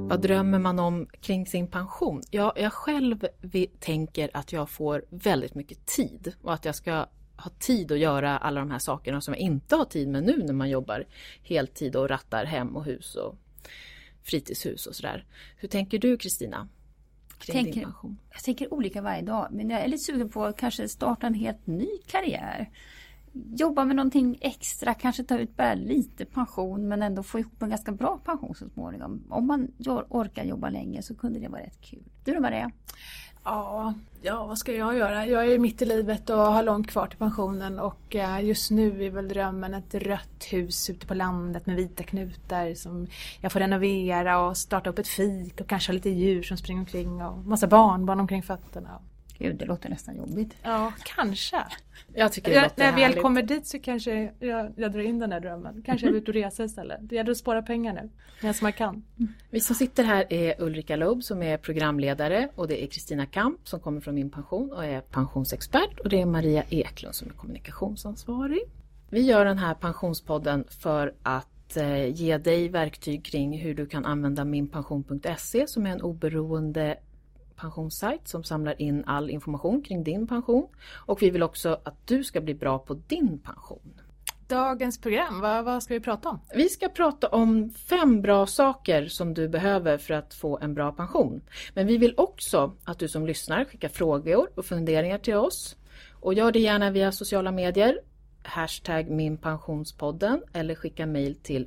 Vad drömmer man om kring sin pension? Ja, jag själv tänker att jag får väldigt mycket tid och att jag ska ha tid att göra alla de här sakerna som jag inte har tid med nu när man jobbar heltid och rattar hem och hus och fritidshus och sådär. Hur tänker du, Kristina? Jag tänker olika varje dag, men jag är lite sugen på att kanske starta en helt ny karriär. Jobba med någonting extra, kanske ta ut bara lite pension men ändå få ihop en ganska bra pension så småningom. Om man orkar jobba länge så kunde det vara rätt kul. Du då, Maria? Ja, vad ska jag göra? Jag är mitt i livet och har långt kvar till pensionen och just nu är väl drömmen ett rött hus ute på landet med vita knutar som jag får renovera och starta upp ett fik och kanske ha lite djur som springer omkring och massa barn omkring fötterna. Gud, det låter nästan jobbigt. Ja, kanske. Jag tycker det låter när jag väl härligt. kommer dit så kanske jag drar in den här drömmen. Kanske jag vill ut och resa istället. Det gäller att spara pengar nu, medan man kan. Vi som sitter här är Ulrika Lubb som är programledare och det är Kristina Kamp som kommer från Min Pension och är pensionsexpert och det är Maria Eklund som är kommunikationsansvarig. Vi gör den här pensionspodden för att ge dig verktyg kring hur du kan använda minpension.se som är en oberoende pensionssajt som samlar in all information kring din pension. Och vi vill också att du ska bli bra på din pension. Dagens program, vad ska vi prata om? Vi ska prata om 5 bra saker som du behöver för att få en bra pension. Men vi vill också att du som lyssnar skickar frågor och funderingar till oss. Och gör det gärna via sociala medier. #minpensionspodden eller skicka mejl till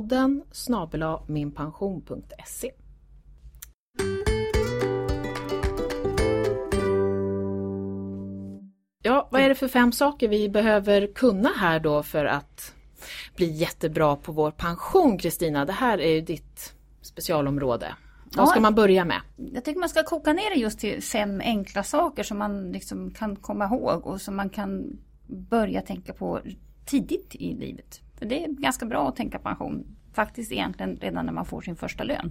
podden@minpension.se. Ja, vad är det för 5 saker vi behöver kunna här då för att bli jättebra på vår pension, Kristina? Det här är ju ditt specialområde. Vad ska man börja med? Jag tycker man ska koka ner det just till 5 enkla saker som man liksom kan komma ihåg och som man kan börja tänka på tidigt i livet. För det är ganska bra att tänka pension, faktiskt egentligen redan när man får sin första lön.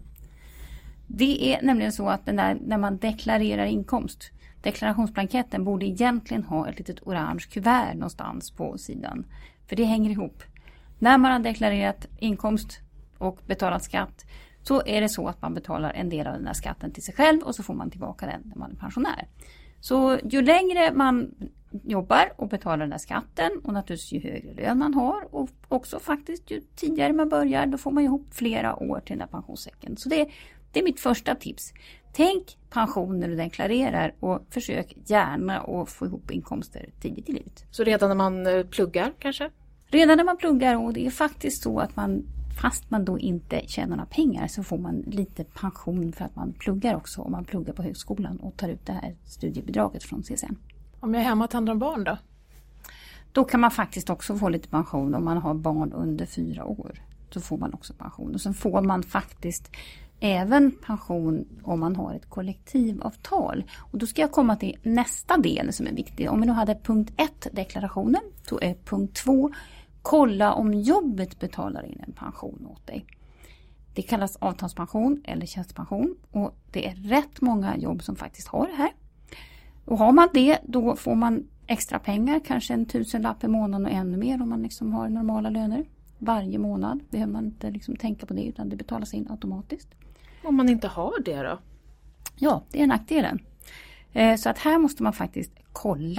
Det är nämligen så att när man deklarerar inkomst, deklarationsblanketten borde egentligen ha ett litet orange kuvert någonstans på sidan. För det hänger ihop. När man har deklarerat inkomst och betalat skatt så är det så att man betalar en del av den här skatten till sig själv och så får man tillbaka den när man är pensionär. Så ju längre man jobbar och betalar den här skatten och naturligtvis ju högre lön man har och också faktiskt ju tidigare man börjar då får man ihop flera år till den här pensionssäcken. Så det är mitt första tips. Tänk pension när du deklarerar och försök gärna att få ihop inkomster tidigt i livet. Så redan när man pluggar kanske? Redan när man pluggar och det är faktiskt så att fast man då inte tjänar några pengar så får man lite pension för att man pluggar också om man pluggar på högskolan och tar ut det här studiebidraget från CSN. Om jag är hemma och tar hand om barn då? Då kan man faktiskt också få lite pension om man har barn under 4 år. Så får man också pension och sen får man faktiskt även pension om man har ett kollektivavtal. Och då ska jag komma till nästa del som är viktig. Om vi nu hade punkt 1 deklarationen så är punkt 2 kolla om jobbet betalar in en pension åt dig. Det kallas avtalspension eller tjänstepension och det är rätt många jobb som faktiskt har det här. Och har man det då får man extra pengar, kanske 1000-lapp i månaden och ännu mer om man liksom har normala löner. Varje månad behöver man inte liksom tänka på det utan det betalas in automatiskt. Om man inte har det då? Ja, det är nackdelen. Så att här måste man faktiskt kolla.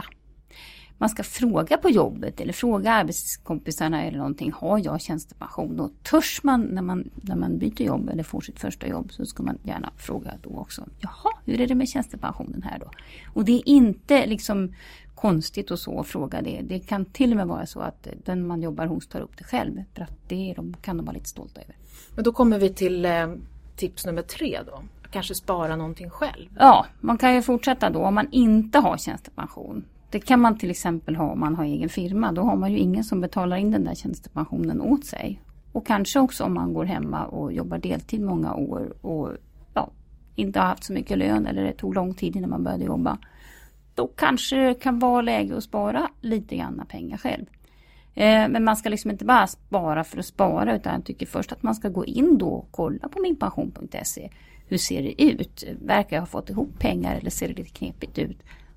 Man ska fråga på jobbet eller fråga arbetskompisarna eller någonting. Har jag tjänstepension? Då törs man när man byter jobb eller får sitt första jobb så ska man gärna fråga då också. Jaha, hur är det med tjänstepensionen här då? Och det är inte liksom konstigt och så att fråga det. Det kan till och med vara så att den man jobbar hos tar upp det själv. För att kan de vara lite stolta över. Men då kommer vi till tips nummer 3 då. Kanske spara någonting själv. Ja, man kan ju fortsätta då om man inte har tjänstepension. Det kan man till exempel ha om man har egen firma. Då har man ju ingen som betalar in den där tjänstepensionen åt sig. Och kanske också om man går hemma och jobbar deltid många år och inte har haft så mycket lön eller det tog lång tid innan man började jobba. Då kanske det kan vara läge att spara lite grann pengar själv. Men man ska liksom inte bara spara för att spara utan jag tycker först att man ska gå in då och kolla på minpension.se. Hur ser det ut? Verkar jag ha fått ihop pengar eller ser det lite knepigt ut?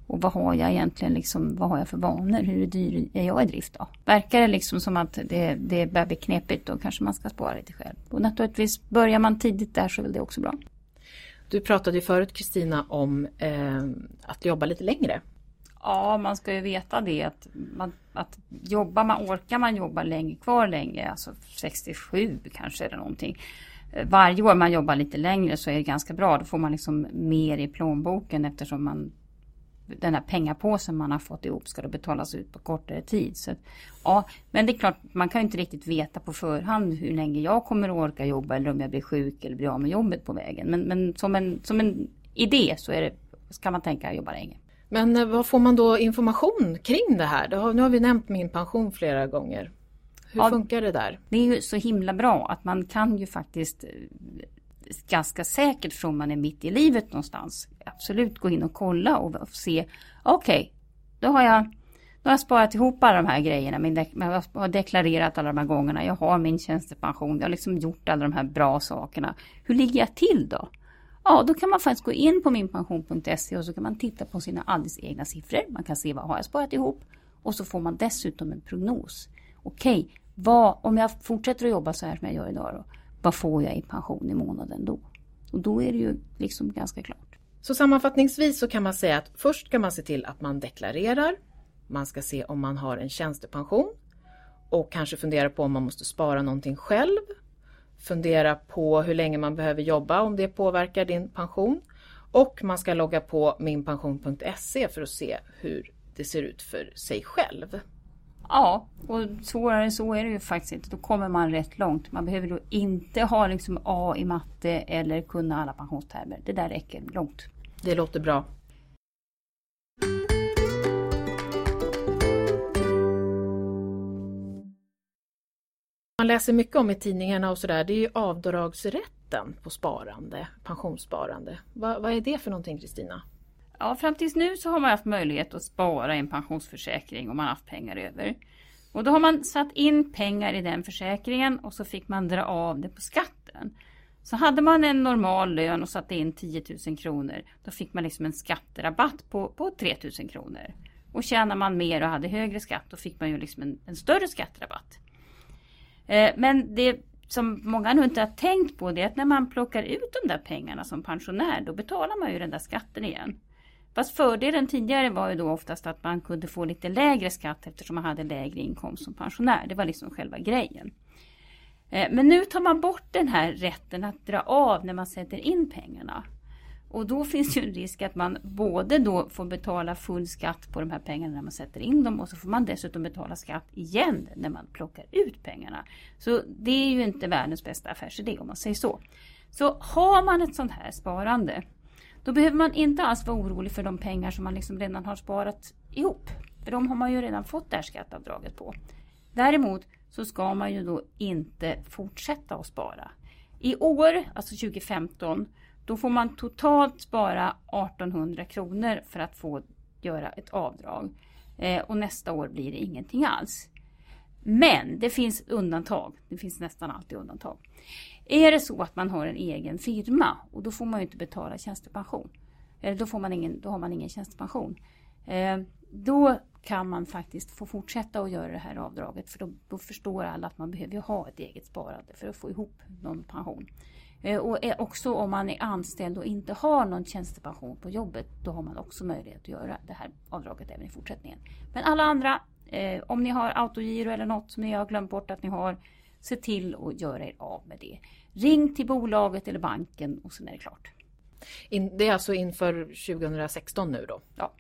Och vad har jag egentligen liksom, vad har jag för vanor? Hur dyr är jag i drift då? Verkar det liksom som att det börjar bli knepigt, då kanske man ska spara lite själv. Och naturligtvis börjar man tidigt där så är det också bra. Du pratade ju förut, Kristina, om att jobba lite längre. Ja, man ska ju veta det att orkar man jobba kvar länge, alltså 67 kanske eller någonting. Varje år man jobbar lite längre så är det ganska bra. Då får man liksom mer i plånboken eftersom den här pengapåsen man har fått ihop ska då betalas ut på kortare tid. Så, ja, men det är klart, man kan ju inte riktigt veta på förhand hur länge jag kommer att orka jobba eller om jag blir sjuk eller blir av med jobbet på vägen. Men som en idé så ska man tänka att jobba länge. Men vad får man då information kring det här? Nu har vi nämnt Min pension flera gånger. Hur funkar det där? Det är ju så himla bra att man kan ju faktiskt ganska säkert från man är mitt i livet någonstans absolut gå in och kolla och se okej, då har jag sparat ihop alla de här grejerna, jag har deklarerat alla de här gångerna, jag har min tjänstepension, jag har liksom gjort alla de här bra sakerna. Hur ligger jag till då? Ja, då kan man faktiskt gå in på minpension.se och så kan man titta på sina alldeles egna siffror. Man kan se vad har jag sparat ihop och så får man dessutom en prognos. Okej, om jag fortsätter att jobba så här som jag gör idag då, vad får jag i pension i månaden då? Och då är det ju liksom ganska klart. Så sammanfattningsvis så kan man säga att först ska man se till att man deklarerar. Man ska se om man har en tjänstepension och kanske fundera på om man måste spara någonting själv. Fundera på hur länge man behöver jobba om det påverkar din pension. Och man ska logga på minpension.se för att se hur det ser ut för sig själv. Ja, och svårare än så är det ju faktiskt inte. Då kommer man rätt långt. Man behöver då inte ha liksom A i matte eller kunna alla pensionstermer. Det där räcker långt. Det låter bra. Man läser mycket om i tidningarna och sådär. Det är ju avdragsrätten på sparande, pensionssparande. Vad är det för någonting, Kristina? Ja, fram tills nu så har man haft möjlighet att spara i en pensionsförsäkring om man har haft pengar över. Och då har man satt in pengar i den försäkringen och så fick man dra av det på skatten. Så hade man en normal lön och satte in 10 000 kronor, då fick man liksom en skatterabatt på 3 000 kronor. Och tjänar man mer och hade högre skatt, då fick man ju liksom en större skatterabatt. Men det som många nu inte har tänkt på, det är att när man plockar ut de där pengarna som pensionär, då betalar man ju den där skatten igen. Fast fördelen tidigare var ju då oftast att man kunde få lite lägre skatt eftersom man hade lägre inkomst som pensionär. Det var liksom själva grejen. Men nu tar man bort den här rätten att dra av när man sätter in pengarna. Och då finns ju en risk att man både då får betala full skatt på de här pengarna när man sätter in dem och så får man dessutom betala skatt igen när man plockar ut pengarna. Så det är ju inte världens bästa affärsidé om man säger så. Så har man ett sånt här sparande, då behöver man inte alls vara orolig för de pengar som man liksom redan har sparat ihop. För de har man ju redan fått det här skatteavdraget på. Däremot så ska man ju då inte fortsätta att spara. I år, alltså 2015, då får man totalt spara 1800 kronor för att få göra ett avdrag. Och nästa år blir det ingenting alls. Men det finns undantag. Det finns nästan alltid undantag. Är det så att man har en egen firma och då får man ju inte betala tjänstepension. Då har man ingen tjänstepension. Då kan man faktiskt få fortsätta att göra det här avdraget. För då förstår alla att man behöver ha ett eget sparande för att få ihop någon pension. Och också om man är anställd och inte har någon tjänstepension på jobbet, då har man också möjlighet att göra det här avdraget även i fortsättningen. Men alla andra, om ni har autogiro eller något som ni har glömt bort att ni har, se till att göra er av med det. Ring till bolaget eller banken och sen är det klart. Det är alltså inför 2016 nu då? Ja.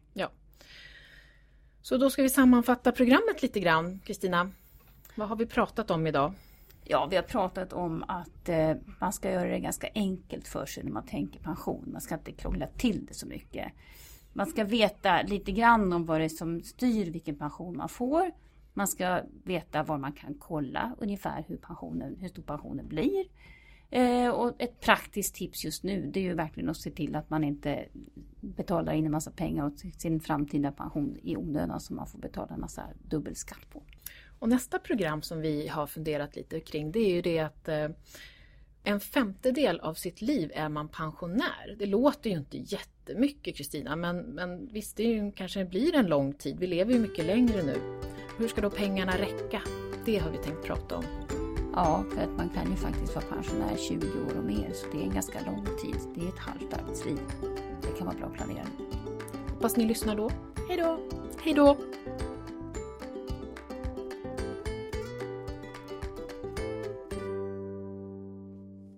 Så då ska vi sammanfatta programmet lite grann, Kristina. Vad har vi pratat om idag? Ja, vi har pratat om att man ska göra det ganska enkelt för sig när man tänker pension. Man ska inte krångla till det så mycket. Man ska veta lite grann om vad det är som styr vilken pension man får. Man ska veta var man kan kolla ungefär hur stor pensionen blir. Och ett praktiskt tips just nu, det är ju verkligen att se till att man inte betalar in en massa pengar åt sin framtida pension i onödan som man får betala en massa dubbelskatt på. Och nästa program som vi har funderat lite kring, det är ju det att En femtedel av sitt liv är man pensionär. Det låter ju inte jättemycket, Kristina, men visst, kanske blir en lång tid. Vi lever ju mycket längre nu. Hur ska då pengarna räcka? Det har vi tänkt prata om. Ja, för att man kan ju faktiskt vara pensionär 20 år och mer, så det är en ganska lång tid. Det är ett halvt arbetsliv. Det kan vara bra att planera. Hoppas ni lyssnar då. Hej då! Hej då!